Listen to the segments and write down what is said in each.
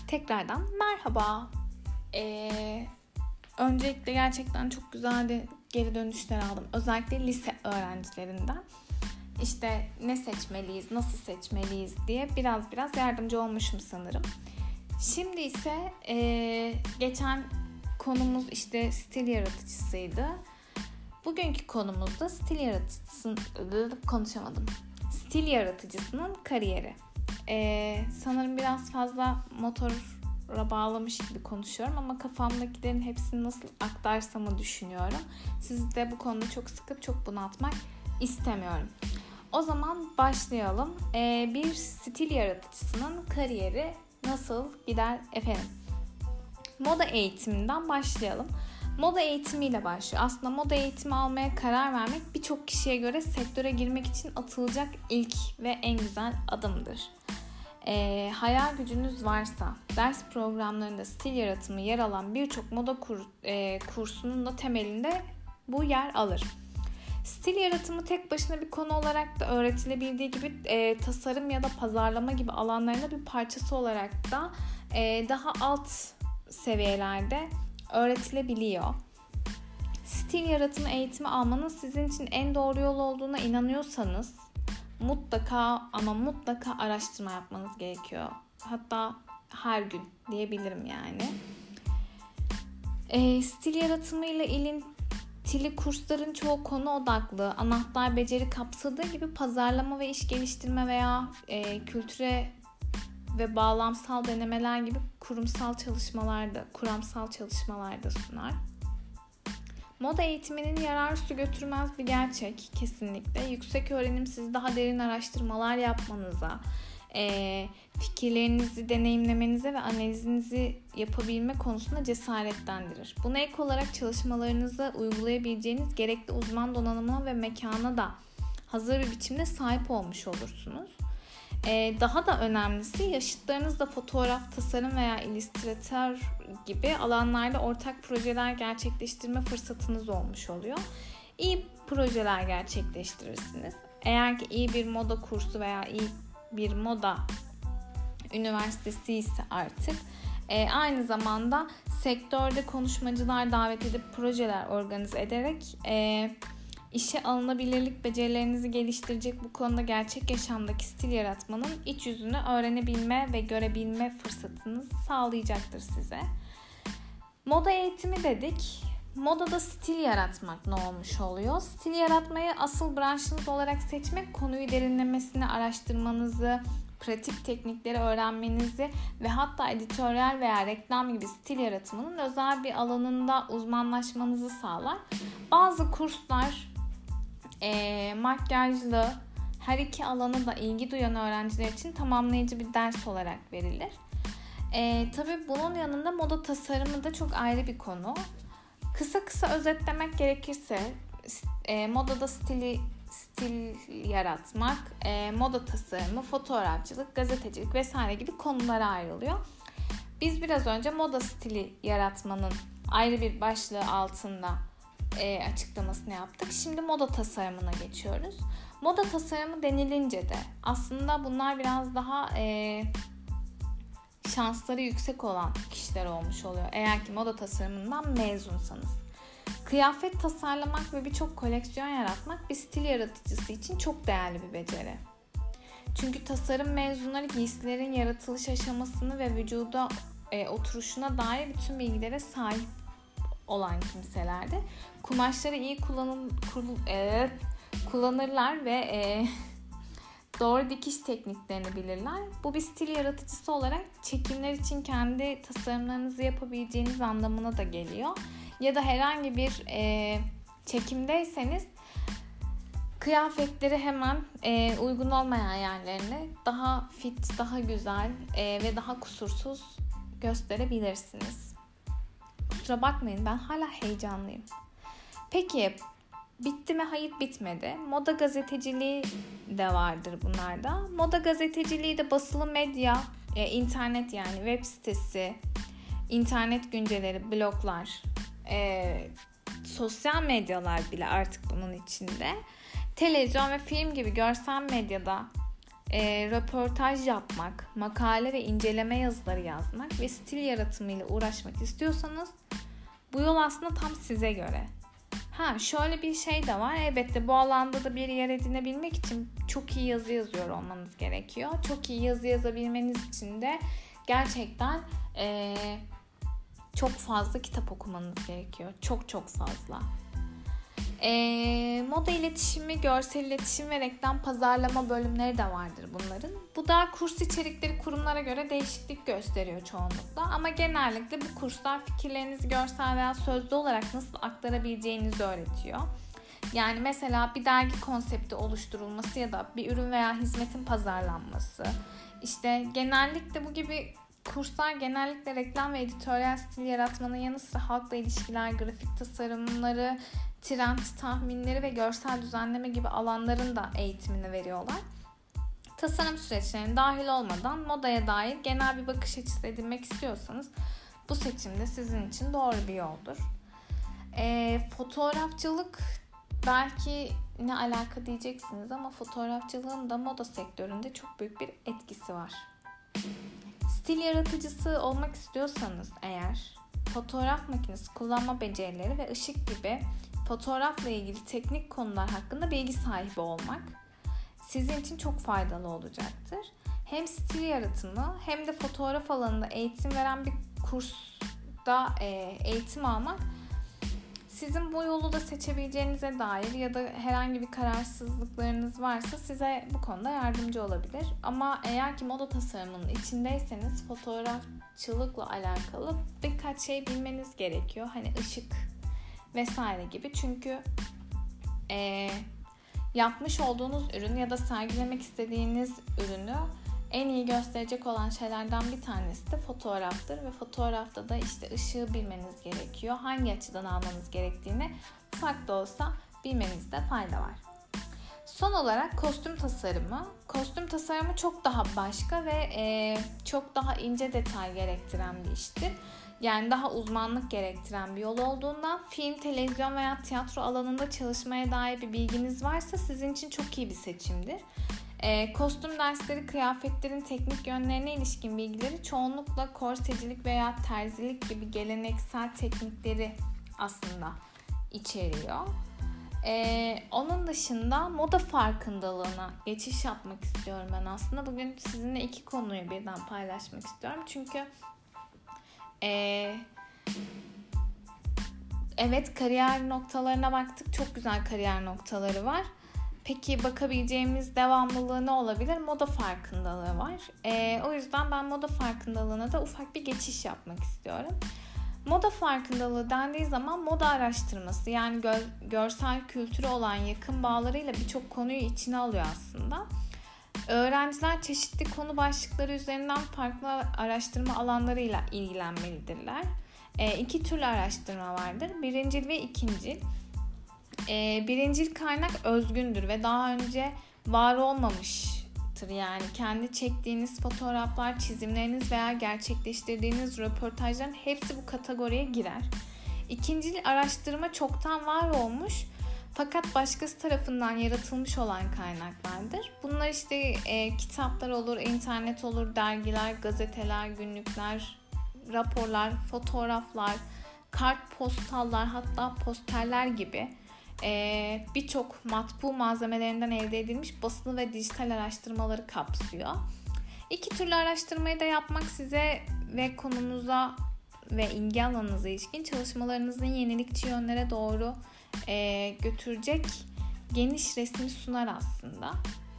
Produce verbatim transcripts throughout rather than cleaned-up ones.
Tekrardan merhaba. Ee, öncelikle gerçekten çok güzel de geri dönüşler aldım. Özellikle lise öğrencilerinden. İşte ne seçmeliyiz, nasıl seçmeliyiz diye biraz biraz yardımcı olmuşum sanırım. Şimdi ise ee, geçen konumuz işte stil yaratıcısıydı. Bugünkü konumuz da stil yaratıcısının konuşamadım. Stil yaratıcısının kariyeri. Ee, sanırım biraz fazla motora bağlamış gibi konuşuyorum ama kafamdakilerin hepsini nasıl aktarsamı düşünüyorum. Sizi de bu konuda çok sıkıp çok bunaltmak istemiyorum. O zaman başlayalım. Ee, bir stil yaratıcısının kariyeri nasıl gider efendim? Moda eğitiminden başlayalım. Moda eğitimiyle başlıyor. Aslında moda eğitimi almaya karar vermek birçok kişiye göre sektöre girmek için atılacak ilk ve en güzel adımdır. Ee, hayal gücünüz varsa ders programlarında stil yaratımı yer alan birçok moda kur, e, kursunun da temelinde bu yer alır. Stil yaratımı tek başına bir konu olarak da öğretilebildiği gibi e, tasarım ya da pazarlama gibi alanlarında bir parçası olarak da e, daha alt seviyelerde öğretilebiliyor. Stil yaratımı eğitimi almanın sizin için en doğru yol olduğuna inanıyorsanız mutlaka ama mutlaka araştırma yapmanız gerekiyor. Hatta her gün diyebilirim yani. E, stil yaratımıyla ilintili kursların çoğu konu odaklı, anahtar beceri kapsadığı gibi pazarlama ve iş geliştirme veya e, kültüre ve bağlamsal denemeler gibi kurumsal çalışmalarda, kuramsal çalışmalarda sunar. Moda eğitiminin yararı su götürmez bir gerçek kesinlikle. Yüksek öğrenim sizi daha derin araştırmalar yapmanıza, e, fikirlerinizi deneyimlemenize ve analizinizi yapabilme konusunda cesaretlendirir. Buna ek olarak çalışmalarınızı uygulayabileceğiniz gerekli uzman donanımına ve mekana da hazır bir biçimde sahip olmuş olursunuz. Ee, daha da önemlisi yaşıtlarınızla fotoğraf, tasarım veya illüstratör gibi alanlarda ortak projeler gerçekleştirme fırsatınız olmuş oluyor. İyi projeler gerçekleştirirsiniz. Eğer ki iyi bir moda kursu veya iyi bir moda üniversitesi ise artık e, aynı zamanda sektörde konuşmacılar davet edip projeler organize ederek e, İşe alınabilirlik becerilerinizi geliştirecek bu konuda gerçek yaşamdaki stil yaratmanın iç yüzünü öğrenebilme ve görebilme fırsatını sağlayacaktır size. Moda eğitimi dedik. Modada stil yaratmak ne olmuş oluyor? Stil yaratmayı asıl branşınız olarak seçmek konuyu derinlemesine araştırmanızı, pratik teknikleri öğrenmenizi ve hatta editoryal veya reklam gibi stil yaratımının özel bir alanında uzmanlaşmanızı sağlar. Bazı kurslar E, makyajlı her iki alana da ilgi duyan öğrenciler için tamamlayıcı bir ders olarak verilir. E, tabii bunun yanında moda tasarımı da çok ayrı bir konu. Kısa kısa özetlemek gerekirse e, modada stili stil yaratmak, e, moda tasarımı, fotoğrafçılık, gazetecilik vesaire gibi konulara ayrılıyor. Biz biraz önce moda stili yaratmanın ayrı bir başlığı altında E, açıklamasını yaptık. Şimdi moda tasarımına geçiyoruz. Moda tasarımı denilince de aslında bunlar biraz daha e, şansları yüksek olan kişiler olmuş oluyor. Eğer ki moda tasarımından mezunsanız. Kıyafet tasarlamak ve birçok koleksiyon yaratmak bir stil yaratıcısı için çok değerli bir beceri. Çünkü tasarım mezunları giysilerin yaratılış aşamasını ve vücuda e, oturuşuna dair bütün bilgilere sahip olan kimselerde kumaşları iyi kullanın, kul, e, kullanırlar ve e, doğru dikiş tekniklerini bilirler. Bu bir stil yaratıcısı olarak çekimler için kendi tasarımlarınızı yapabileceğiniz anlamına da geliyor. Ya da herhangi bir e, çekimdeyseniz kıyafetleri hemen e, uygun olmayan yerlerine daha fit, daha güzel e, ve daha kusursuz gösterebilirsiniz. Kusura bakmayın, ben hala heyecanlıyım. Peki bitti mi? Hayır, bitmedi. Moda gazeteciliği de vardır bunlarda. Moda gazeteciliği de basılı medya, e, internet yani web sitesi, internet güncelleri, bloglar, e, sosyal medyalar bile artık bunun içinde. Televizyon ve film gibi görsel medyada e, röportaj yapmak, makale ve inceleme yazıları yazmak ve stil yaratımıyla uğraşmak istiyorsanız bu yol aslında tam size göre. Ha şöyle bir şey de var. Elbette bu alanda da bir yer edinebilmek için çok iyi yazı yazıyor olmanız gerekiyor. Çok iyi yazı yazabilmeniz için de gerçekten ee, çok fazla kitap okumanız gerekiyor. Çok çok fazla. E, moda iletişimi, görsel iletişim ve reklam pazarlama bölümleri de vardır bunların. Bu da kurs içerikleri kurumlara göre değişiklik gösteriyor çoğunlukla. Ama genellikle bu kurslar fikirlerinizi görsel veya sözlü olarak nasıl aktarabileceğinizi öğretiyor. Yani mesela bir dergi konsepti oluşturulması ya da bir ürün veya hizmetin pazarlanması. İşte genellikle bu gibi kurslar genellikle reklam ve editoryal stil yaratmanın yanı sıra halkla ilişkiler, grafik tasarımları, trend tahminleri ve görsel düzenleme gibi alanların da eğitimini veriyorlar. Tasarım süreçlerine dahil olmadan modaya dair genel bir bakış açısı edinmek istiyorsanız bu seçim de sizin için doğru bir yoldur. E, fotoğrafçılık belki ne alaka diyeceksiniz ama fotoğrafçılığın da moda sektöründe çok büyük bir etkisi var. Stil yaratıcısı olmak istiyorsanız eğer fotoğraf makinesi kullanma becerileri ve ışık gibi fotoğrafla ilgili teknik konular hakkında bilgi sahibi olmak sizin için çok faydalı olacaktır. Hem stil yaratımı hem de fotoğraf alanında eğitim veren bir kursta eğitim almak sizin bu yolu da seçebileceğinize dair ya da herhangi bir kararsızlıklarınız varsa size bu konuda yardımcı olabilir. Ama eğer ki moda tasarımının içindeyseniz fotoğrafçılıkla alakalı birkaç şey bilmeniz gerekiyor. Hani ışık vesaire gibi. Çünkü e, yapmış olduğunuz ürün ya da sergilemek istediğiniz ürünü en iyi gösterecek olan şeylerden bir tanesi de fotoğraftır ve fotoğrafta da işte ışığı bilmeniz gerekiyor. Hangi açıdan almanız gerektiğini ufak da olsa bilmenizde fayda var. Son olarak kostüm tasarımı. Kostüm tasarımı çok daha başka ve e, çok daha ince detay gerektiren bir iştir. Yani daha uzmanlık gerektiren bir yol olduğundan film, televizyon veya tiyatro alanında çalışmaya dair bir bilginiz varsa sizin için çok iyi bir seçimdir. E, kostüm dersleri, kıyafetlerin teknik yönlerine ilişkin bilgileri çoğunlukla korsecilik veya terzilik gibi geleneksel teknikleri aslında içeriyor. E, onun dışında moda farkındalığına geçiş yapmak istiyorum ben aslında. Bugün sizinle iki konuyu birden paylaşmak istiyorum. Çünkü e, evet kariyer noktalarına baktık. Çok güzel kariyer noktaları var. Peki bakabileceğimiz devamlılığı ne olabilir? Moda farkındalığı var. Ee, o yüzden ben moda farkındalığına da ufak bir geçiş yapmak istiyorum. Moda farkındalığı dendiği zaman moda araştırması yani gö- görsel kültürü olan yakın bağlarıyla birçok konuyu içine alıyor aslında. Öğrenciler çeşitli konu başlıkları üzerinden farklı araştırma alanlarıyla ilgilenmelidirler. Ee, iki türlü araştırma vardır. Birincil ve ikincil. Ee, birincil kaynak özgündür ve daha önce var olmamıştır. Yani kendi çektiğiniz fotoğraflar, çizimleriniz veya gerçekleştirdiğiniz röportajların hepsi bu kategoriye girer. İkincil araştırma çoktan var olmuş fakat başkası tarafından yaratılmış olan kaynaklardır. Bunlar işte e, kitaplar olur, internet olur, dergiler, gazeteler, günlükler, raporlar, fotoğraflar, kartpostallar, hatta posterler gibi Ee, birçok matbu malzemelerinden elde edilmiş basılı ve dijital araştırmaları kapsıyor. İki türlü araştırmayı da yapmak size ve konunuza ve ilgi alanınıza ilişkin çalışmalarınızın yenilikçi yönlere doğru e, götürecek geniş resmi sunar aslında.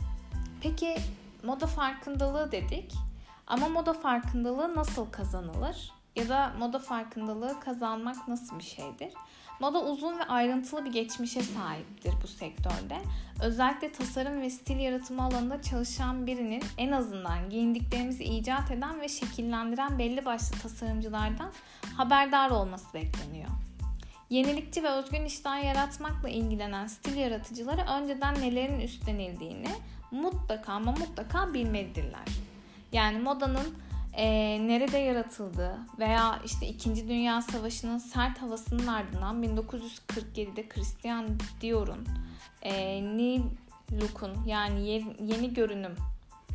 Peki moda farkındalığı dedik ama moda farkındalığı nasıl kazanılır? Ya da moda farkındalığı kazanmak nasıl bir şeydir? Moda uzun ve ayrıntılı bir geçmişe sahiptir bu sektörde. Özellikle tasarım ve stil yaratımı alanında çalışan birinin en azından giyindiklerimizi icat eden ve şekillendiren belli başlı tasarımcılardan haberdar olması bekleniyor. Yenilikçi ve özgün işler yaratmakla ilgilenen stil yaratıcıları önceden nelerin üstlenildiğini mutlaka ama mutlaka bilmelidirler. Yani modanın e, nerede yaratıldığı veya işte İkinci Dünya Savaşı'nın sert havasının ardından bin dokuz yüz kırk yedide Christian Dior'un e, New Look'un yani yeni görünüm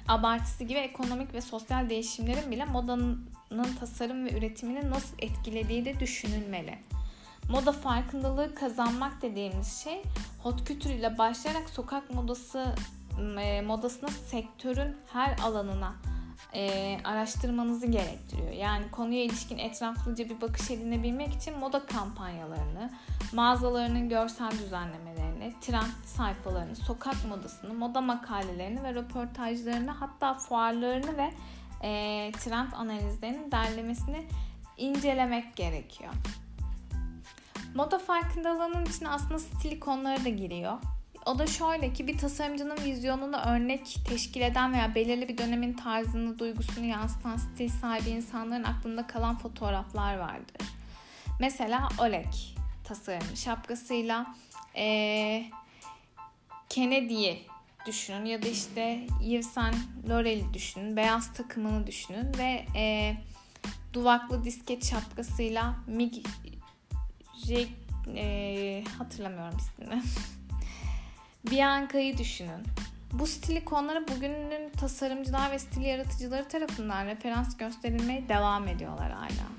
abartısı gibi ekonomik ve sosyal değişimlerin bile modanın tasarım ve üretimini nasıl etkilediği de düşünülmeli. Moda farkındalığı kazanmak dediğimiz şey hot kültür ile başlayarak sokak modası e, modasına sektörün her alanına e, araştırmanızı gerektiriyor. Yani konuya ilişkin etraflıca bir bakış edinebilmek için moda kampanyalarını, mağazalarının görsel düzenlemelerini, trend sayfalarını, sokak modasını, moda makalelerini ve röportajlarını, hatta fuarlarını ve e, trend analizlerinin derlemesini incelemek gerekiyor. Moda farkındalığının içine aslında stil ikonları da giriyor. O da şöyle ki bir tasarımcının vizyonunu örnek teşkil eden veya belirli bir dönemin tarzını, duygusunu yansıtan stil sahibi insanların aklında kalan fotoğraflar vardır. Mesela Oleg tasarımı şapkasıyla ee, Kennedy'yi düşünün ya da işte Yves Saint Laurent'i düşünün, beyaz takımını düşünün ve ee, duvaklı disket şapkasıyla Mig J- ee, hatırlamıyorum ismini. Bianca'yı düşünün. Bu stil ikonları bugünün tasarımcılar ve stil yaratıcıları tarafından referans gösterilmeye devam ediyorlar hala.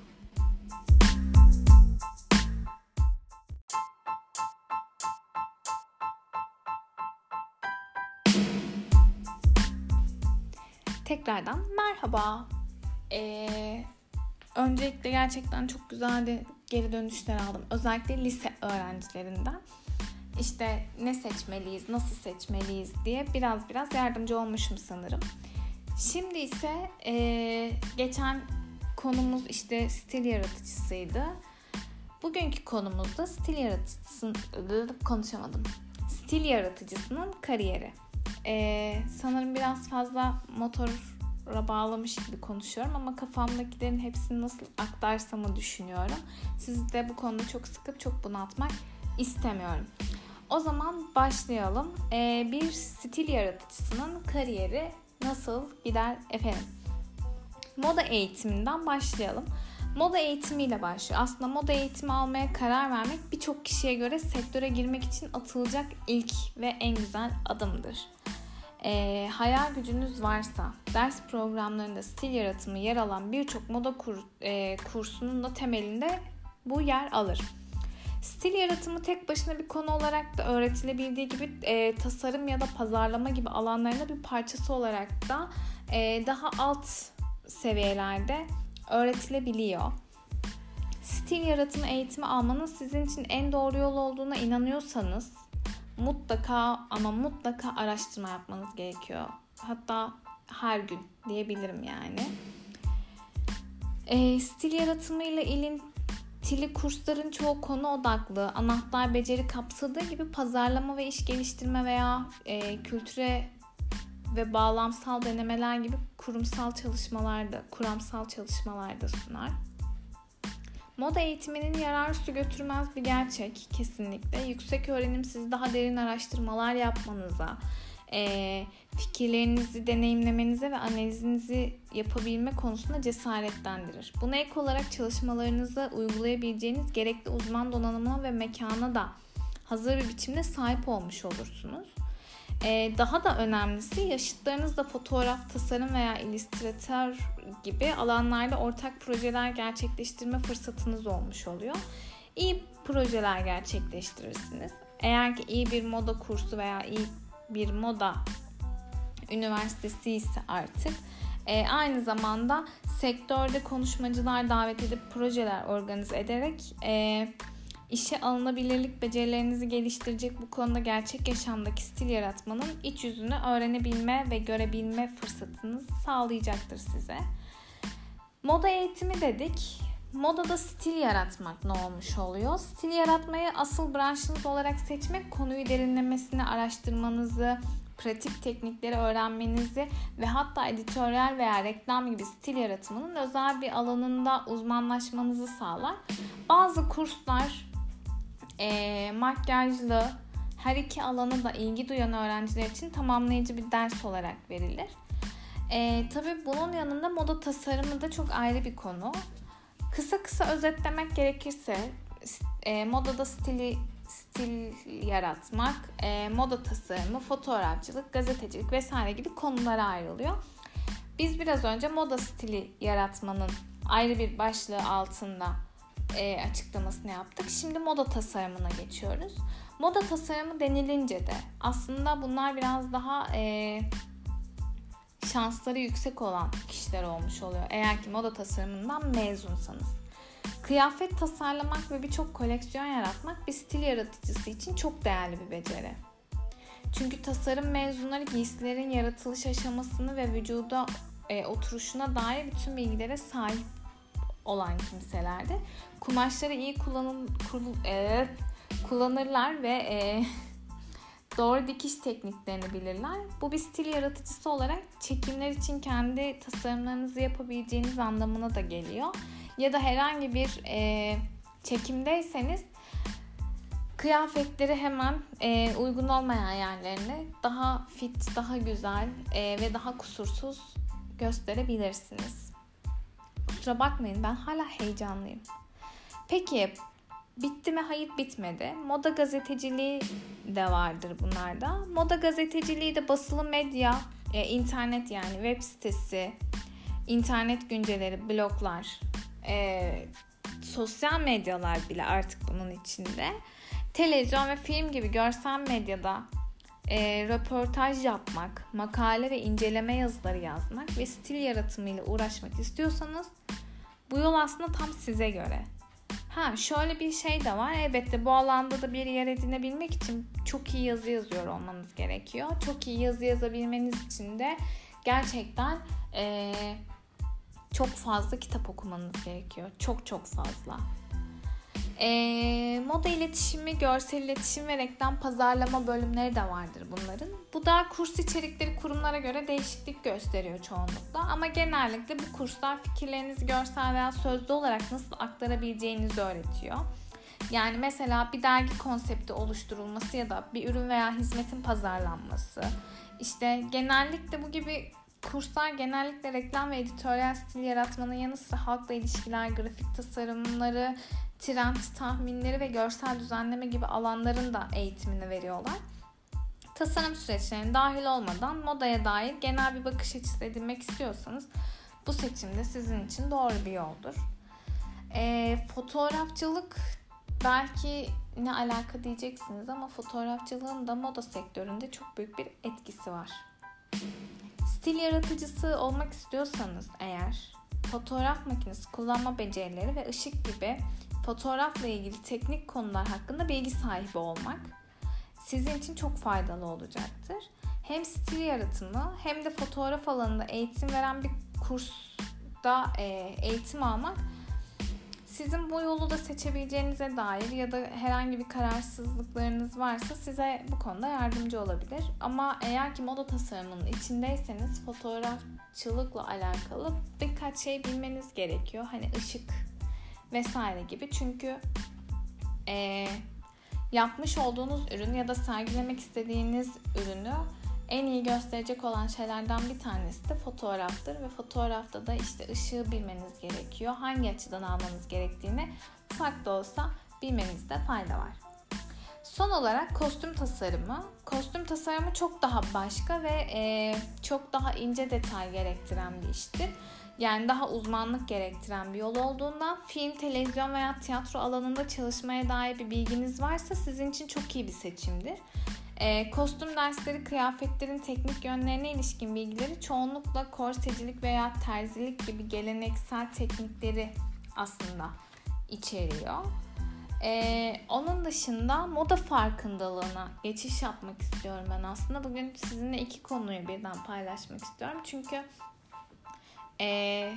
Tekrardan merhaba. Ee, öncelikle gerçekten çok güzel de geri dönüşler aldım. Özellikle lise öğrencilerinden. İşte ne seçmeliyiz, nasıl seçmeliyiz diye biraz biraz yardımcı olmuşum sanırım. Şimdi ise e, geçen konumuz işte stil yaratıcısıydı. Bugünkü konumuz da stil yaratıcısının konuşamadım. Stil yaratıcısının kariyeri. E, sanırım biraz fazla motora bağlamış gibi konuşuyorum ama kafamdakilerin hepsini nasıl aktarsamı düşünüyorum. Sizi de bu konuda çok sıkıp çok bunaltmak istemiyorum. O zaman başlayalım. Ee, bir stil yaratıcısının kariyeri nasıl gider efendim? Moda eğitiminden başlayalım. Moda eğitimiyle başlıyor. Aslında moda eğitimi almaya karar vermek birçok kişiye göre sektöre girmek için atılacak ilk ve en güzel adımdır. Ee, hayal gücünüz varsa ders programlarında stil yaratımı yer alan birçok moda kur, e, kursunun da temelinde bu yer alır. Stil yaratımı tek başına bir konu olarak da öğretilebildiği gibi e, tasarım ya da pazarlama gibi alanlarında bir parçası olarak da e, daha alt seviyelerde öğretilebiliyor. Stil yaratımı eğitimi almanın sizin için en doğru yol olduğuna inanıyorsanız mutlaka ama mutlaka araştırma yapmanız gerekiyor. Hatta her gün diyebilirim yani. E, stil yaratımı ile ilintili kursların çoğu konu odaklı, anahtar beceri kapsadığı gibi pazarlama ve iş geliştirme veya e, kültüre ve bağlamsal denemeler gibi kurumsal çalışmalarda, kuramsal çalışmalarda sunar. Moda eğitiminin yararı su götürmez bir gerçek kesinlikle. Yüksek öğrenim sizi daha derin araştırmalar yapmanıza, e, fikirlerinizi deneyimlemenize ve analizinizi yapabilme konusunda cesaretlendirir. Buna ek olarak çalışmalarınıza uygulayabileceğiniz gerekli uzman donanımına ve mekana da hazır bir biçimde sahip olmuş olursunuz. Ee, daha da önemlisi yaşıtlarınızla fotoğraf, tasarım veya illüstratör gibi alanlarda ortak projeler gerçekleştirme fırsatınız olmuş oluyor. İyi projeler gerçekleştirirsiniz. Eğer ki iyi bir moda kursu veya iyi bir moda üniversitesi ise artık e, aynı zamanda sektörde konuşmacılar davet edip projeler organize ederek e, İşe alınabilirlik becerilerinizi geliştirecek, bu konuda gerçek yaşamdaki stil yaratmanın iç yüzünü öğrenebilme ve görebilme fırsatını sağlayacaktır size. Moda eğitimi dedik. Modada stil yaratmak ne olmuş oluyor? Stil yaratmayı asıl branşınız olarak seçmek, konuyu derinlemesine araştırmanızı, pratik teknikleri öğrenmenizi ve hatta editoryal veya reklam gibi stil yaratımının özel bir alanında uzmanlaşmanızı sağlar. Bazı kurslar E, makyajlı her iki alana da ilgi duyan öğrenciler için tamamlayıcı bir ders olarak verilir. E, tabii bunun yanında moda tasarımı da çok ayrı bir konu. Kısa kısa özetlemek gerekirse e, modada stili stil yaratmak, e, moda tasarımı, fotoğrafçılık, gazetecilik vesaire gibi konulara ayrılıyor. Biz biraz önce moda stili yaratmanın ayrı bir başlığı altında e, açıklamasını yaptık. Şimdi moda tasarımına geçiyoruz. Moda tasarımı denilince de aslında bunlar biraz daha e, şansları yüksek olan kişiler olmuş oluyor. Eğer ki moda tasarımından mezunsanız. Kıyafet tasarlamak ve birçok koleksiyon yaratmak bir stil yaratıcısı için çok değerli bir beceri. Çünkü tasarım mezunları giysilerin yaratılış aşamasını ve vücuda e, oturuşuna dair bütün bilgilere sahip olan kimselerdi. Kumaşları iyi kullanın, kul, e, kullanırlar ve e, doğru dikiş tekniklerini bilirler. Bu bir stil yaratıcısı olarak çekimler için kendi tasarımlarınızı yapabileceğiniz anlamına da geliyor. Ya da herhangi bir e, çekimdeyseniz kıyafetleri hemen e, uygun olmayan yerlerine daha fit, daha güzel e, ve daha kusursuz gösterebilirsiniz. Kusura bakmayın, ben hala heyecanlıyım. Peki bitti mi? Hayır, bitmedi. Moda gazeteciliği de vardır bunlarda. Moda gazeteciliği de basılı medya, e, internet yani web sitesi, internet günceleri, bloglar, e, sosyal medyalar bile artık bunun içinde. Televizyon ve film gibi görsel medyada e, röportaj yapmak, makale ve inceleme yazıları yazmak ve stil yaratımıyla uğraşmak istiyorsanız bu yol aslında tam size göre. Ha, şöyle bir şey de var. Elbette bu alanda da bir yer edinebilmek için çok iyi yazı yazıyor olmanız gerekiyor. Çok iyi yazı yazabilmeniz için de gerçekten e, çok fazla kitap okumanız gerekiyor. Çok çok fazla. E, moda iletişimi, görsel iletişim ve reklam pazarlama bölümleri de vardır bunların. Bu da kurs içerikleri kurumlara göre değişiklik gösteriyor çoğunlukla. Ama genellikle bu kurslar fikirlerinizi görsel veya sözlü olarak nasıl aktarabileceğinizi öğretiyor. Yani mesela bir dergi konsepti oluşturulması ya da bir ürün veya hizmetin pazarlanması. İşte genellikle bu gibi kurslar genellikle reklam ve editoryal stil yaratmanın yanı sıra halkla ilişkiler, grafik tasarımları, trend tahminleri ve görsel düzenleme gibi alanların da eğitimini veriyorlar. Tasarım süreçlerine dahil olmadan modaya dair genel bir bakış açısı edinmek istiyorsanız bu seçim de sizin için doğru bir yoldur. E, fotoğrafçılık belki ne alaka diyeceksiniz ama fotoğrafçılığın da moda sektöründe çok büyük bir etkisi var. Stil yaratıcısı olmak istiyorsanız eğer fotoğraf makinesi kullanma becerileri ve ışık gibi fotoğrafla ilgili teknik konular hakkında bilgi sahibi olmak sizin için çok faydalı olacaktır. Hem stil yaratımı hem de fotoğraf alanında eğitim veren bir kursta e, eğitim almak sizin bu yolu da seçebileceğinize dair ya da herhangi bir kararsızlıklarınız varsa size bu konuda yardımcı olabilir. Ama eğer ki moda tasarımının içindeyseniz fotoğrafçılıkla alakalı birkaç şey bilmeniz gerekiyor. Hani ışık vesaire gibi. Çünkü e, yapmış olduğunuz ürün ya da sergilemek istediğiniz ürünü en iyi gösterecek olan şeylerden bir tanesi de fotoğraftır ve fotoğrafta da işte ışığı bilmeniz gerekiyor. Hangi açıdan almanız gerektiğini ufak da olsa bilmenizde fayda var. Son olarak kostüm tasarımı. Kostüm tasarımı çok daha başka ve e, çok daha ince detay gerektiren bir iştir. Yani daha uzmanlık gerektiren bir yol olduğundan film, televizyon veya tiyatro alanında çalışmaya dair bir bilginiz varsa sizin için çok iyi bir seçimdir. E, kostüm dersleri, kıyafetlerin teknik yönlerine ilişkin bilgileri çoğunlukla korsecilik veya terzilik gibi geleneksel teknikleri aslında içeriyor. E, onun dışında moda farkındalığına geçiş yapmak istiyorum ben aslında. Bugün sizinle iki konuyu birden paylaşmak istiyorum. Çünkü e,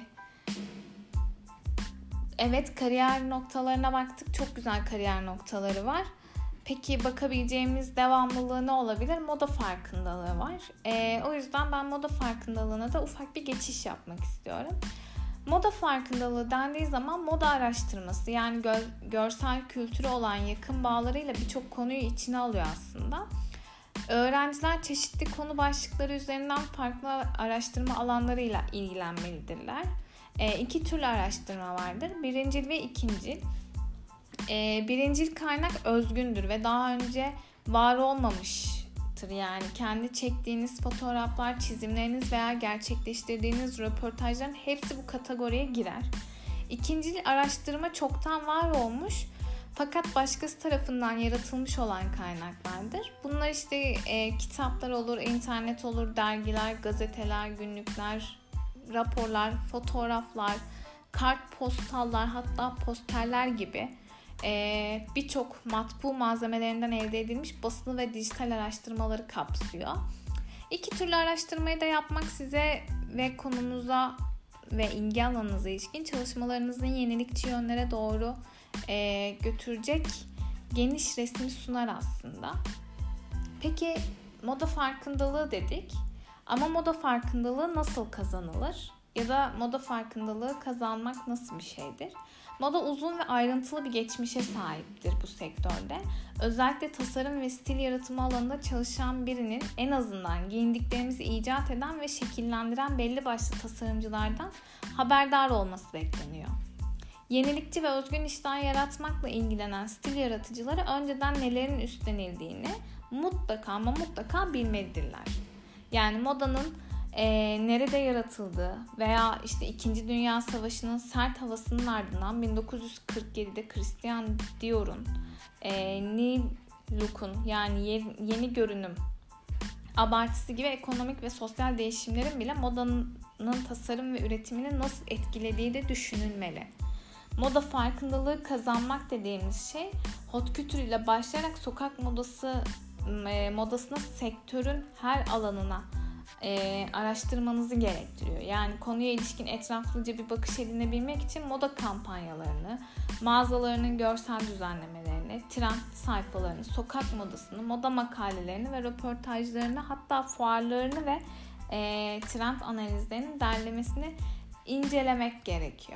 evet, kariyer noktalarına baktık. Çok güzel kariyer noktaları var. Peki bakabileceğimiz devamlılığı ne olabilir? Moda farkındalığı var. Ee, o yüzden ben moda farkındalığına da ufak bir geçiş yapmak istiyorum. Moda farkındalığı dendiği zaman moda araştırması, yani gö- görsel kültürü olan yakın bağlarıyla birçok konuyu içine alıyor aslında. Öğrenciler çeşitli konu başlıkları üzerinden farklı araştırma alanlarıyla ilgilenmelidirler. Ee, iki türlü araştırma vardır. Birincil ve ikincil. Ee, birincil kaynak özgündür ve daha önce var olmamıştır. Yani kendi çektiğiniz fotoğraflar, çizimleriniz veya gerçekleştirdiğiniz röportajların hepsi bu kategoriye girer. İkincil araştırma çoktan var olmuş fakat başkası tarafından yaratılmış olan kaynaklardır. Bunlar işte e, kitaplar olur, internet olur, dergiler, gazeteler, günlükler, raporlar, fotoğraflar, kartpostallar, hatta posterler gibi e, birçok matbu malzemelerinden elde edilmiş basılı ve dijital araştırmaları kapsıyor. İki türlü araştırmayı da yapmak size ve konunuza ve ilgi alanınıza ilişkin çalışmalarınızın yenilikçi yönlere doğru e, götürecek geniş resmi sunar aslında. Peki moda farkındalığı dedik ama moda farkındalığı nasıl kazanılır? Ya da moda farkındalığı kazanmak nasıl bir şeydir? Moda uzun ve ayrıntılı bir geçmişe sahiptir bu sektörde. Özellikle tasarım ve stil yaratımı alanında çalışan birinin en azından giyindiklerimizi icat eden ve şekillendiren belli başlı tasarımcılardan haberdar olması bekleniyor. Yenilikçi ve özgün işler yaratmakla ilgilenen stil yaratıcıları önceden nelerin üstlenildiğini mutlaka ama mutlaka bilmelidirler. Yani modanın e, nerede yaratıldığı veya işte İkinci Dünya Savaşı'nın sert havasının ardından bin dokuz yüz kırk yedide Christian Dior'un e, New Look'un yani yeni, yeni görünüm abartısı gibi ekonomik ve sosyal değişimlerin bile modanın tasarım ve üretimini nasıl etkilediği de düşünülmeli. Moda farkındalığı kazanmak dediğimiz şey haute couture ile başlayarak sokak modası e, modasına sektörün her alanına e, araştırmanızı gerektiriyor. Yani konuya ilişkin etraflıca bir bakış edinebilmek için moda kampanyalarını, mağazalarının görsel düzenlemelerini, trend sayfalarını, sokak modasını, moda makalelerini ve röportajlarını, hatta fuarlarını ve e, trend analizlerinin derlemesini incelemek gerekiyor.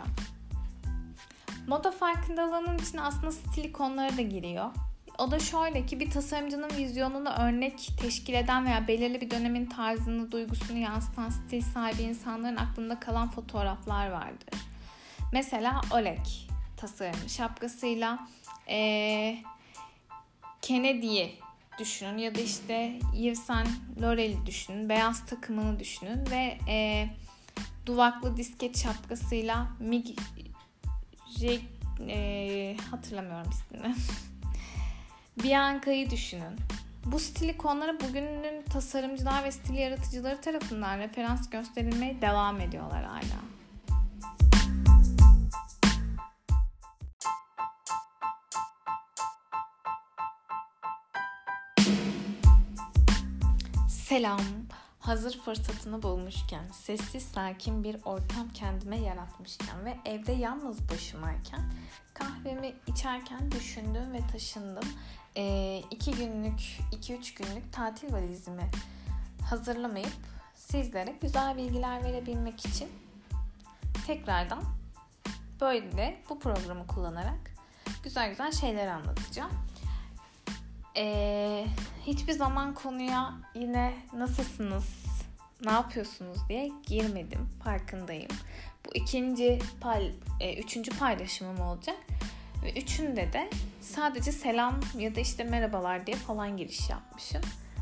Moda farkındalığının içine aslında stil konuları da giriyor. O da şöyle ki bir tasarımcının vizyonunu örnek teşkil eden veya belirli bir dönemin tarzını, duygusunu yansıtan stil sahibi insanların aklında kalan fotoğraflar vardır. Mesela Oleg tasarımı şapkasıyla ee, Kennedy'yi düşünün ya da işte Yves Saint Laurent'i düşünün, beyaz takımını düşünün ve ee, duvaklı disket şapkasıyla Mig J, e, hatırlamıyorum ismini. Bianca'yı düşünün. Bu stil ikonları bugünün tasarımcılar ve stil yaratıcıları tarafından referans gösterilmeye devam ediyorlar hala. Selam. Hazır fırsatını bulmuşken, sessiz sakin bir ortam kendime yaratmışken ve evde yalnız başımayken kahvemi içerken düşündüm ve taşındım. E, iki günlük, iki üç günlük tatil valizimi hazırlamayıp sizlere güzel bilgiler verebilmek için tekrardan böyle bu programı kullanarak güzel güzel şeyler anlatacağım. Ee, hiçbir zaman konuya yine nasılsınız, ne yapıyorsunuz diye girmedim, farkındayım. Bu ikinci, pay, e, üçüncü paylaşımım olacak ve üçünde de sadece selam ya da işte merhabalar diye falan giriş yapmışım.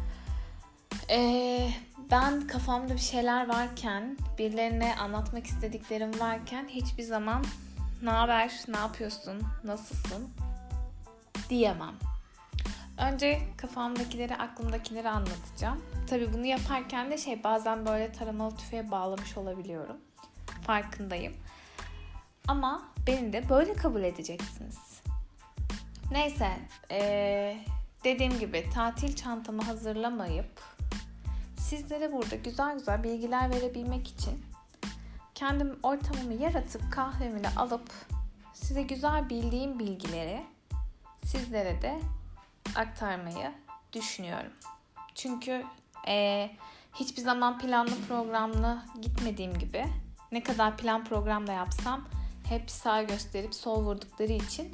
Ee, ben kafamda bir şeyler varken, birilerine anlatmak istediklerim varken hiçbir zaman ne haber, ne yapıyorsun, nasılsın diyemem. Önce kafamdakileri, aklımdakileri anlatacağım. Tabii bunu yaparken de şey bazen böyle taramalı tüfeğe bağlamış olabiliyorum. Farkındayım. Ama beni de böyle kabul edeceksiniz. Neyse, ee, dediğim gibi tatil çantamı hazırlamayıp sizlere burada güzel güzel bilgiler verebilmek için kendim ortamımı yaratıp kahvemi de alıp size güzel bildiğim bilgileri sizlere de aktarmayı düşünüyorum. Çünkü e, hiçbir zaman planlı programlı gitmediğim gibi ne kadar plan program da yapsam hep sağ gösterip sol vurdukları için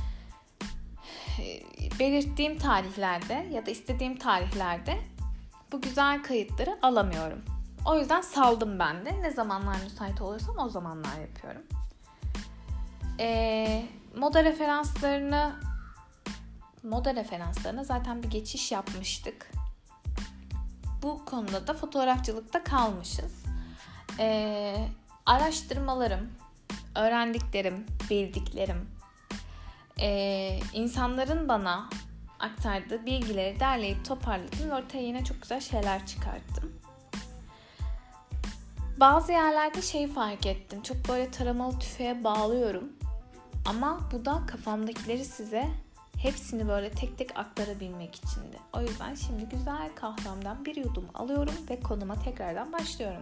e, belirttiğim tarihlerde ya da istediğim tarihlerde bu güzel kayıtları alamıyorum. O yüzden saldım ben de. Ne zamanlar müsait oluyorsam o zamanlar yapıyorum. E, moda referanslarını moda referanslarına zaten bir geçiş yapmıştık. Bu konuda da fotoğrafçılıkta kalmışız. Ee, araştırmalarım, öğrendiklerim, bildiklerim, ee, insanların bana aktardığı bilgileri derleyip toparladım ve ortaya yine çok güzel şeyler çıkarttım. Bazı yerlerde şeyi fark ettim. Çok böyle taramalı tüfeğe bağlıyorum. Ama bu da kafamdakileri size hepsini böyle tek tek aktarabilmek içindi. O yüzden şimdi güzel kahvemden bir yudum alıyorum ve konuma tekrardan başlıyorum.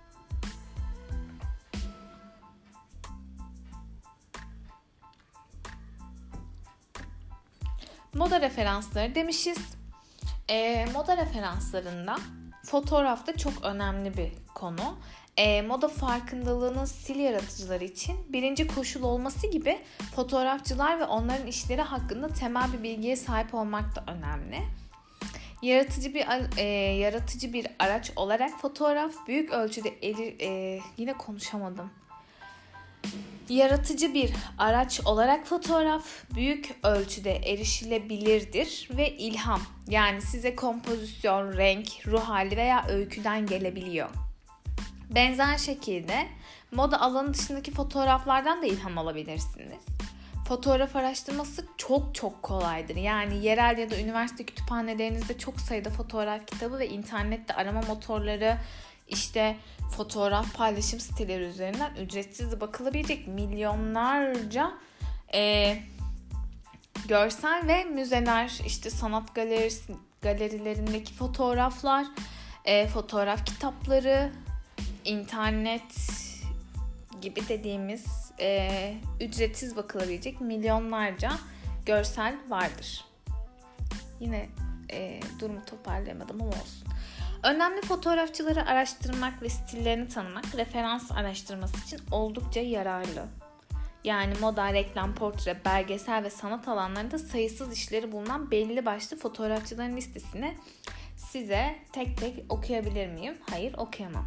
Moda referansları demişiz. E, moda referanslarında fotoğrafta çok önemli bir konu. E, moda farkındalığının stil yaratıcıları için birinci koşul olması gibi fotoğrafçılar ve onların işleri hakkında temel bir bilgiye sahip olmak da önemli. Yaratıcı bir e, yaratıcı bir araç olarak fotoğraf büyük ölçüde eli, e, yine konuşamadım. Yaratıcı bir araç olarak fotoğraf büyük ölçüde erişilebilirdir ve ilham, yani size kompozisyon, renk, ruh hali veya öyküden gelebiliyor. Benzer şekilde moda alanı dışındaki fotoğraflardan da ilham alabilirsiniz. Fotoğraf araştırması çok çok kolaydır. Yani yerel ya da üniversite kütüphanelerinizde çok sayıda fotoğraf kitabı ve internette arama motorları, işte fotoğraf paylaşım siteleri üzerinden ücretsiz bakılabilecek milyonlarca e, görsel ve müzeler, işte sanat galerisi, galerilerindeki fotoğraflar, e, fotoğraf kitapları, internet gibi dediğimiz e, ücretsiz bakılabilecek milyonlarca görsel vardır. Yine e, durumu toparlayamadım ama olsun. Önemli fotoğrafçıları araştırmak ve stillerini tanımak referans araştırması için oldukça yararlı. Yani moda, reklam, portre, belgesel ve sanat alanlarında sayısız işleri bulunan belli başlı fotoğrafçıların listesini size tek tek okuyabilir miyim? Hayır, okuyamam.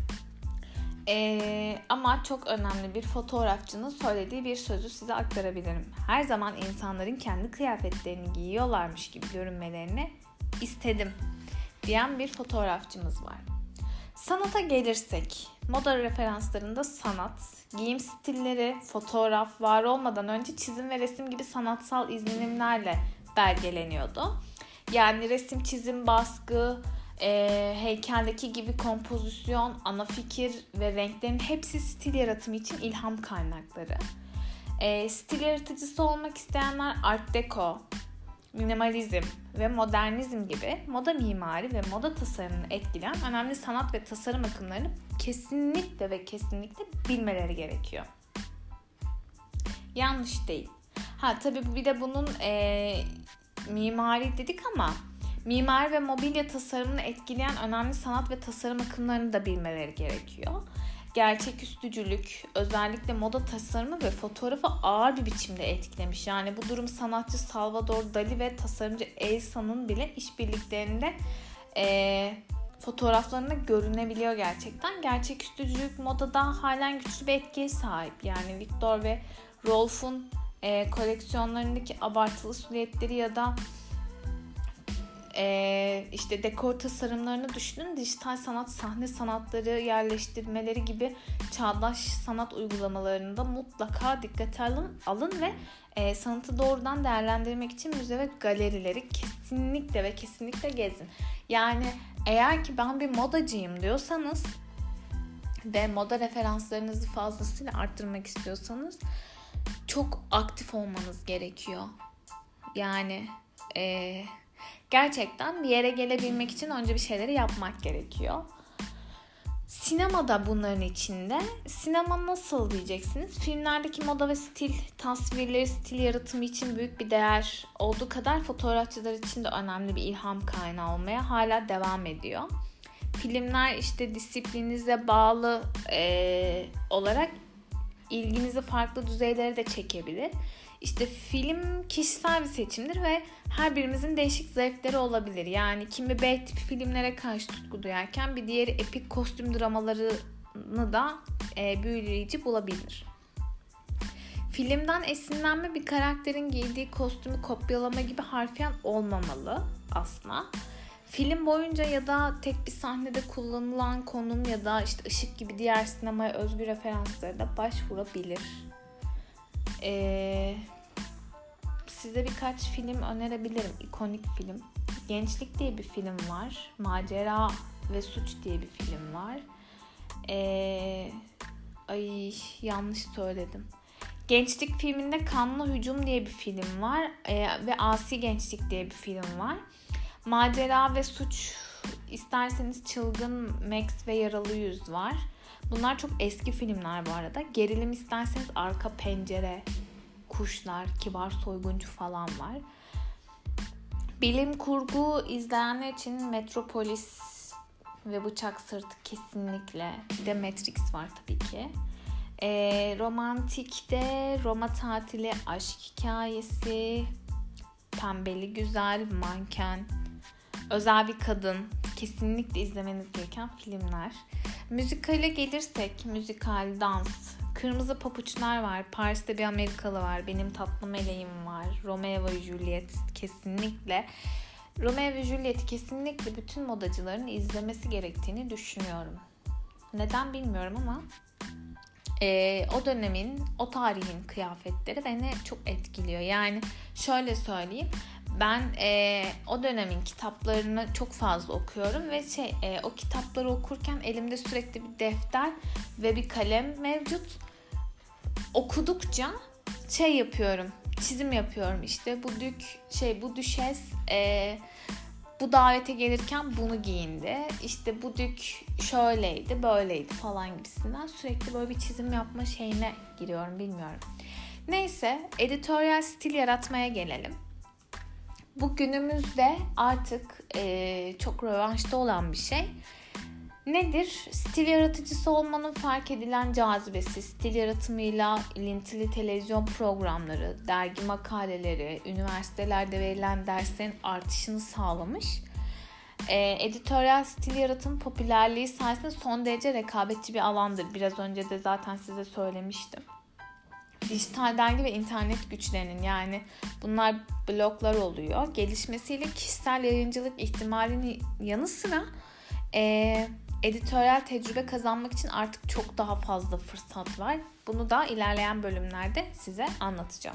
Ee, ama çok önemli bir fotoğrafçının söylediği bir sözü size aktarabilirim. Her zaman insanların kendi kıyafetlerini giyiyorlarmış gibi görünmelerini istedim diyen bir fotoğrafçımız var. Sanata gelirsek, moda referanslarında sanat, giyim stilleri, fotoğraf var olmadan önce çizim ve resim gibi sanatsal izlenimlerle belgeleniyordu. Yani resim, çizim, baskı, e, heykeldeki gibi kompozisyon, ana fikir ve renklerin hepsi stil yaratımı için ilham kaynakları. E, stil yaratıcısı olmak isteyenler Art Deco, minimalizm ve modernizm gibi moda mimari ve moda tasarımını etkileyen önemli sanat ve tasarım akımlarını kesinlikle ve kesinlikle bilmeleri gerekiyor. Yanlış değil. Ha tabii bir de bunun e, mimari dedik ama mimari ve mobilya tasarımını etkileyen önemli sanat ve tasarım akımlarını da bilmeleri gerekiyor. Gerçeküstücülük, özellikle moda tasarımı ve fotoğrafı ağır bir biçimde etkilemiş. Yani bu durum sanatçı Salvador Dali ve tasarımcı Elsa'nın bile işbirliklerinde e, fotoğraflarında görünebiliyor gerçekten. Gerçeküstücülük modada halen güçlü bir etkiye sahip. Yani Viktor ve Rolf'un e, koleksiyonlarındaki abartılı silüetleri ya da Ee, işte dekor tasarımlarını düşünün. Dijital sanat, sahne sanatları yerleştirmeleri gibi çağdaş sanat uygulamalarında mutlaka dikkate alın, alın ve e, sanatı doğrudan değerlendirmek için müze ve galerileri kesinlikle ve kesinlikle gezin. Yani eğer ki ben bir modacıyım diyorsanız ve moda referanslarınızı fazlasıyla arttırmak istiyorsanız çok aktif olmanız gerekiyor. Yani eee gerçekten bir yere gelebilmek için önce bir şeyleri yapmak gerekiyor. Sinemada bunların içinde. Sinema nasıl diyeceksiniz? Filmlerdeki moda ve stil tasvirleri, stil yaratımı için büyük bir değer olduğu kadar fotoğrafçılar için de önemli bir ilham kaynağı olmaya hala devam ediyor. Filmler işte disiplininize bağlı e, olarak ilginizi farklı düzeylere de çekebilir. İşte film kişisel bir seçimdir ve her birimizin değişik zevkleri olabilir. Yani kimi B tipi filmlere karşı tutku duyarken bir diğeri epik kostüm dramalarını da e, büyüleyici bulabilir. filmden esinlenme bir karakterin giydiği kostümü kopyalama gibi harfiyen olmamalı aslında. Film boyunca ya da tek bir sahnede kullanılan konum ya da işte ışık gibi diğer sinemaya özgü referanslara da başvurabilir. Ee, size birkaç film önerebilirim. İkonik film. Gençlik diye bir film var. Macera ve Suç diye bir film var. Ee, ay yanlış söyledim. Gençlik filminde Kanlı Hücum diye bir film var. Ee, ve Asi Gençlik diye bir film var. Macera ve Suç isterseniz Çılgın Max ve Yaralı Yüz var. Bunlar çok eski filmler bu arada. Gerilim isterseniz Arka Pencere, Kuşlar, Kibar Soyguncu falan var. Bilim kurgu izleyenler için Metropolis ve Bıçak Sırtı kesinlikle. Bir de Matrix var tabii ki. E, romantikte Roma Tatili, Aşk Hikayesi, Pembeli Güzel, Manken, Özel Bir Kadın, kesinlikle izlemeniz gereken filmler. Müzikale gelirsek, müzikal, dans, Kırmızı Papuçlar var, Paris'te Bir Amerikalı var, Benim Tatlı Meleğim var, Romeo ve Juliet kesinlikle. Romeo ve Juliet'i kesinlikle bütün modacıların izlemesi gerektiğini düşünüyorum. Neden bilmiyorum ama e, o dönemin, o tarihin kıyafetleri beni çok etkiliyor. Yani şöyle söyleyeyim. Ben e, o dönemin kitaplarını çok fazla okuyorum ve şey e, o kitapları okurken elimde sürekli bir defter ve bir kalem mevcut. Okudukça şey yapıyorum, çizim yapıyorum. İşte bu dük şey bu düşes e, bu davete gelirken bunu giyindi. İşte bu dük şöyleydi, böyleydi falan gibisinden sürekli böyle bir çizim yapma şeyine giriyorum, bilmiyorum. Neyse, editoryal stil yaratmaya gelelim. Bu günümüzde artık e, çok rövanşta olan bir şey. Nedir? Stil yaratıcısı olmanın fark edilen cazibesi, stil yaratımıyla ilintili televizyon programları, dergi makaleleri, üniversitelerde verilen derslerin artışını sağlamış. E, editoryal stil yaratım popülerliği sayesinde son derece rekabetçi bir alandır. Biraz önce de zaten size söylemiştim. Dijital dergi ve internet güçlerinin, yani bunlar bloglar oluyor, gelişmesiyle kişisel yayıncılık ihtimalinin yanı sıra e, editoryal tecrübe kazanmak için artık çok daha fazla fırsat var. Bunu da ilerleyen bölümlerde size anlatacağım.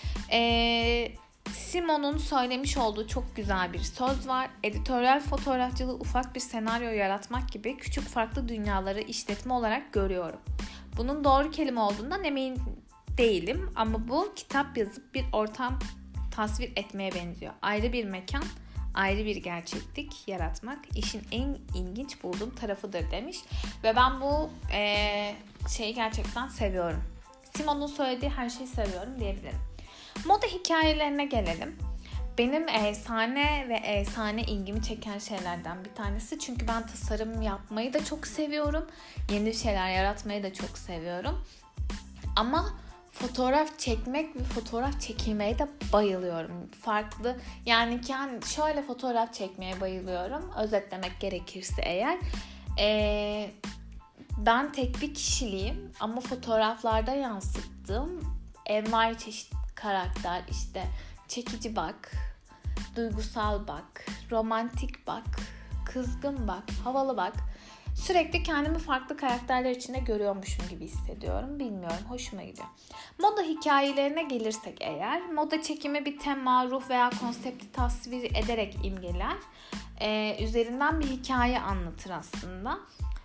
E, Simon'un söylemiş olduğu çok güzel bir söz var. Editoryal fotoğrafçılığı ufak bir senaryo yaratmak gibi küçük farklı dünyaları işletme olarak görüyorum. Bunun doğru kelime olduğundan emin değilim ama bu kitap yazıp bir ortam tasvir etmeye benziyor. Ayrı bir mekan, ayrı bir gerçeklik yaratmak işin en ilginç bulduğum tarafıdır demiş. Ve ben bu e, şeyi gerçekten seviyorum. Simon'un söylediği her şeyi seviyorum diyebilirim. Moda hikayelerine gelelim. Benim efsane ve efsane ilgimi çeken şeylerden bir tanesi. Çünkü ben tasarım yapmayı da çok seviyorum. Yeni şeyler yaratmayı da çok seviyorum. Ama fotoğraf çekmek ve fotoğraf çekilmeye de bayılıyorum. Farklı, yani şöyle fotoğraf çekmeye bayılıyorum. Özetlemek gerekirse eğer. Ee, ben tek bir kişiliğim ama fotoğraflarda yansıttığım envai çeşit karakter, işte çekici bak, duygusal bak, romantik bak, kızgın bak, havalı bak. Sürekli kendimi farklı karakterler içinde görüyormuşum gibi hissediyorum. Bilmiyorum, hoşuma gidiyor. Moda hikayelerine gelirsek eğer, moda çekimi bir tema, ruh veya konsepti tasvir ederek imgeler. Ee, üzerinden bir hikaye anlatır aslında.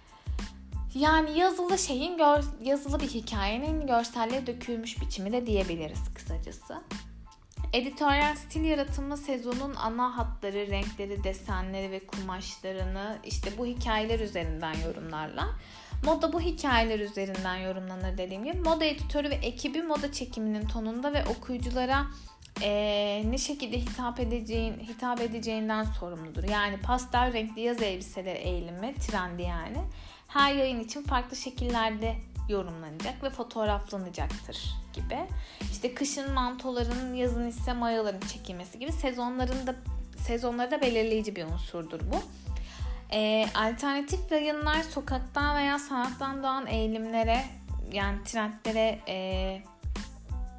Yani yazılı şeyin, gör, yazılı bir hikayenin görselliğe dökülmüş biçimi de diyebiliriz kısacası. Editoryal stil yaratımı sezonun ana hatları, renkleri, desenleri ve kumaşlarını işte bu hikayeler üzerinden yorumlarlar. Moda bu hikayeler üzerinden yorumlanır dediğim gibi. Moda editörü ve ekibi moda çekiminin tonunda ve okuyuculara ee, ne şekilde hitap edeceğin, hitap edeceğinden sorumludur. Yani pastel renkli yaz elbiseleri eğilimi, trendi yani. Her yayın için farklı şekillerde yorumlanacak ve fotoğraflanacaktır gibi. İşte kışın mantoların, yazın ise mayoların çekilmesi gibi sezonların da sezonları da belirleyici bir unsurdur bu. Ee, alternatif yayınlar sokaktan veya sanattan doğan eğilimlere, yani trendlere e,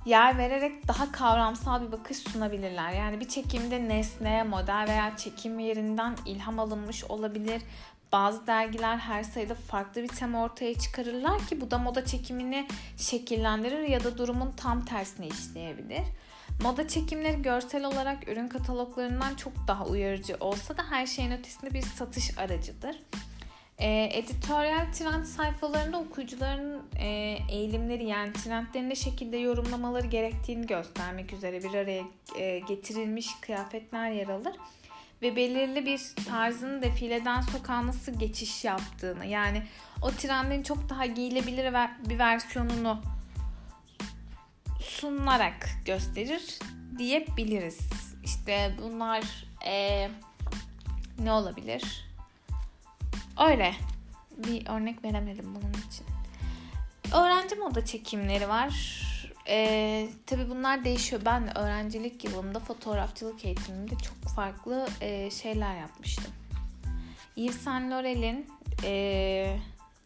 yer vererek daha kavramsal bir bakış sunabilirler. Yani bir çekimde nesne, model veya çekim yerinden ilham alınmış olabilir. Bazı dergiler her sayıda farklı bir tema ortaya çıkarırlar ki bu da moda çekimini şekillendirir ya da durumun tam tersini işleyebilir. Moda çekimleri görsel olarak ürün kataloglarından çok daha uyarıcı olsa da her şeyin ötesinde bir satış aracıdır. E, editoryal trend sayfalarında okuyucuların e, eğilimleri, yani trendlerin ne şekilde yorumlamaları gerektiğini göstermek üzere bir araya e, getirilmiş kıyafetler yer alır. Ve belirli bir tarzın defileden sokağa nasıl geçiş yaptığını, yani o trendin çok daha giyilebilir bir versiyonunu sunularak gösterir diyebiliriz. İşte bunlar e, ne olabilir? Öyle bir örnek veremedim bunun için. Öğrenci moda çekimleri var. Ee, tabii bunlar değişiyor. Ben öğrencilik yılımda fotoğrafçılık eğitimimde çok farklı e, şeyler yapmıştım. Yves Saint Laurent'in e,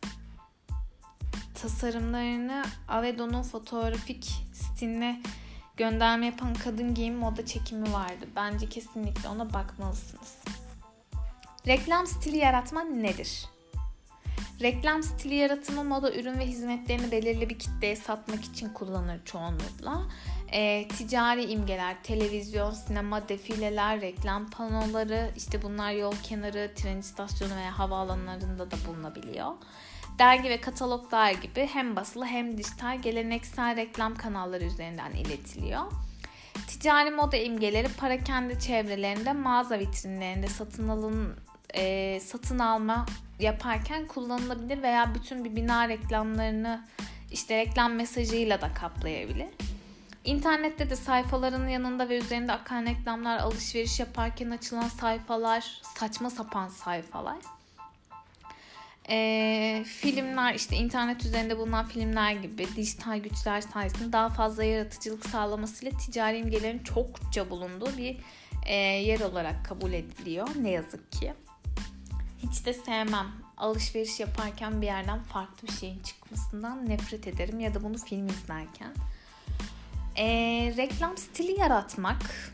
tasarımlarını Avedo'nun fotoğrafik stiline gönderme yapan kadın giyim moda çekimi vardı. Bence kesinlikle ona bakmalısınız. Reklam stili yaratma nedir? Reklam stili yaratımı moda ürün ve hizmetlerini belirli bir kitleye satmak için kullanılır çoğunlukla. E, ticari imgeler, televizyon, sinema, defileler, reklam panoları, işte bunlar yol kenarı, tren istasyonu veya havaalanlarında da bulunabiliyor. Dergi ve kataloglar gibi hem basılı hem dijital geleneksel reklam kanalları üzerinden iletiliyor. Ticari moda imgeleri parakende çevrelerinde, mağaza vitrinlerinde satın alın e, satın alma yaparken kullanılabilir veya bütün bir bina reklamlarını işte reklam mesajıyla da kaplayabilir. İnternette de sayfaların yanında ve üzerinde akan reklamlar, alışveriş yaparken açılan sayfalar, saçma sapan sayfalar. E, filmler, işte internet üzerinde bulunan filmler gibi dijital güçler sayesinde daha fazla yaratıcılık sağlamasıyla ticari imgelerin çokça bulunduğu bir e, yer olarak kabul ediliyor. Ne yazık ki. Hiç de sevmem. Alışveriş yaparken bir yerden farklı bir şeyin çıkmasından nefret ederim ya da bunu film izlerken. E, reklam stili yaratmak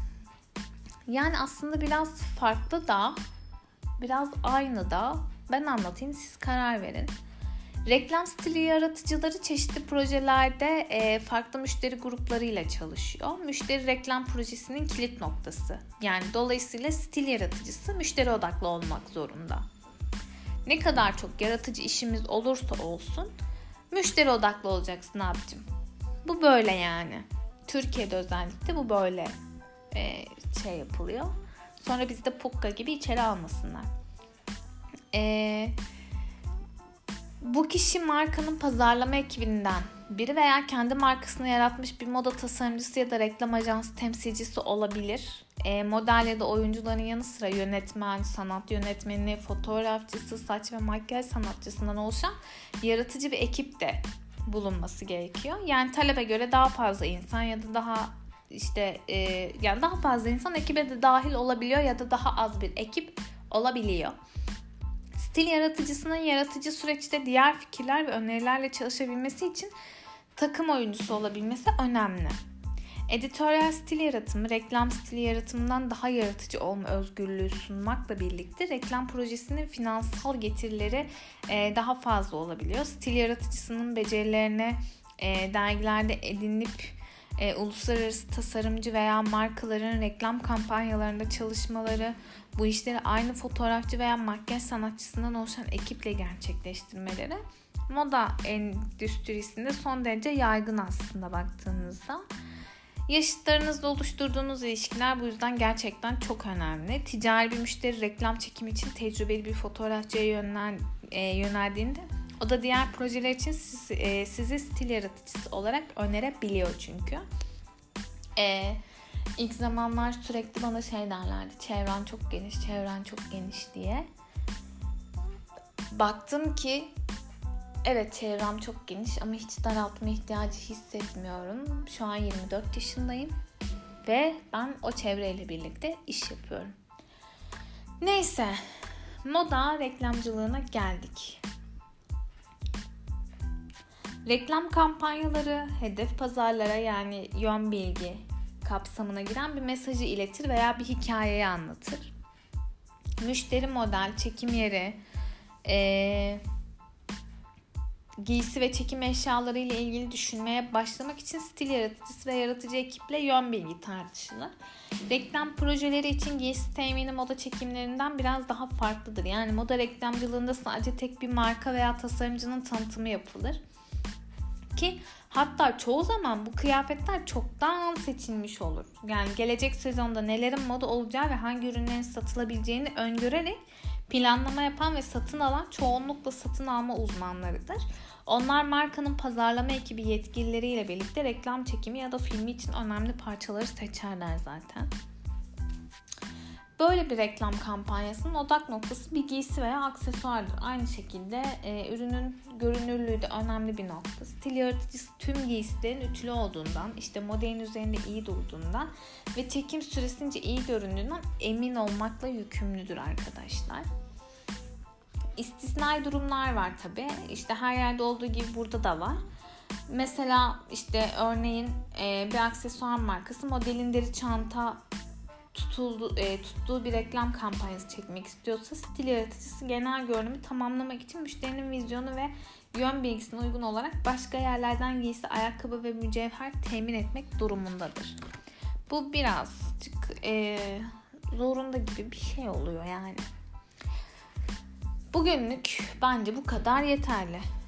yani aslında biraz farklı da biraz aynı da. Ben anlatayım, siz karar verin. Reklam stili yaratıcıları çeşitli projelerde e, farklı müşteri gruplarıyla çalışıyor. Müşteri reklam projesinin kilit noktası. Yani dolayısıyla stil yaratıcısı müşteri odaklı olmak zorunda. Ne kadar çok yaratıcı işimiz olursa olsun müşteri odaklı olacaksın abicim. Bu böyle yani. Türkiye'de özellikle bu böyle e, şey yapılıyor. Sonra bizde pukka gibi içeri almasınlar. Eee Bu kişi markanın pazarlama ekibinden biri veya kendi markasını yaratmış bir moda tasarımcısı ya da reklam ajansı temsilcisi olabilir. E, model ya da oyuncuların yanı sıra yönetmen, sanat yönetmeni, fotoğrafçısı, saç ve makyaj sanatçısından oluşan yaratıcı bir ekip de bulunması gerekiyor. Yani talebe göre daha fazla insan ya da daha işte e, yani daha fazla insan ekibe de dahil olabiliyor ya da daha az bir ekip olabiliyor. Stil yaratıcısının yaratıcı süreçte diğer fikirler ve önerilerle çalışabilmesi için takım oyuncusu olabilmesi önemli. Editoryal stil yaratımı, reklam stili yaratımından daha yaratıcı olma özgürlüğü sunmakla birlikte reklam projesinin finansal getirileri daha fazla olabiliyor. Stil yaratıcısının becerilerine dergilerde edinip E, uluslararası tasarımcı veya markaların reklam kampanyalarında çalışmaları, bu işleri aynı fotoğrafçı veya makyaj sanatçısından oluşan ekiple gerçekleştirmeleri moda endüstrisinde son derece yaygın aslında baktığınızda. Yaşıtlarınızla oluşturduğunuz ilişkiler bu yüzden gerçekten çok önemli. Ticari bir müşteri reklam çekimi için tecrübeli bir fotoğrafçıya yönel, e, yöneldiğinde o da diğer projeler için sizi, e, sizi stil yaratıcısı olarak önerebiliyor çünkü. E, ilk zamanlar sürekli bana şey derlerdi. Çevren çok geniş, çevren çok geniş diye. Baktım ki evet, çevrem çok geniş ama hiç daraltma ihtiyacı hissetmiyorum. Şu an yirmi dört yaşındayım ve ben o çevreyle birlikte iş yapıyorum. Neyse, moda reklamcılığına geldik. Reklam kampanyaları hedef pazarlara yani yön bilgi kapsamına giren bir mesajı iletir veya bir hikayeyi anlatır. Müşteri model, çekim yeri, ee, giysi ve çekim eşyaları ile ilgili düşünmeye başlamak için stil yaratıcısı ve yaratıcı ekiple yön bilgi tartışılır. Reklam projeleri için giysi temini moda çekimlerinden biraz daha farklıdır. Yani moda reklamcılığında sadece tek bir marka veya tasarımcının tanıtımı yapılır. Ki hatta çoğu zaman bu kıyafetler çoktan seçilmiş olur. Yani gelecek sezonda nelerin moda olacağı ve hangi ürünlerin satılabileceğini öngörerek planlama yapan ve satın alan çoğunlukla satın alma uzmanlarıdır. Onlar markanın pazarlama ekibi yetkilileriyle birlikte reklam çekimi ya da filmi için önemli parçaları seçerler zaten. Böyle bir reklam kampanyasının odak noktası bir giysi veya aksesuardır. Aynı şekilde e, ürünün görünürlüğü de önemli bir nokta. Stil yaratıcısı tüm giysilerin ütülü olduğundan, işte modelin üzerinde iyi durduğundan ve çekim süresince iyi göründüğünden emin olmakla yükümlüdür arkadaşlar. İstisnai durumlar var tabii. İşte her yerde olduğu gibi burada da var. Mesela işte örneğin e, bir aksesuar markası modelin deri çanta tutuldu, e, tuttuğu bir reklam kampanyası çekmek istiyorsa stil yaratıcısı genel görünümü tamamlamak için müşterinin vizyonu ve yön bilgisine uygun olarak başka yerlerden giysi, ayakkabı ve mücevher temin etmek durumundadır. Bu birazcık e, zorunda gibi bir şey oluyor yani. Bugünlük bence bu kadar yeterli.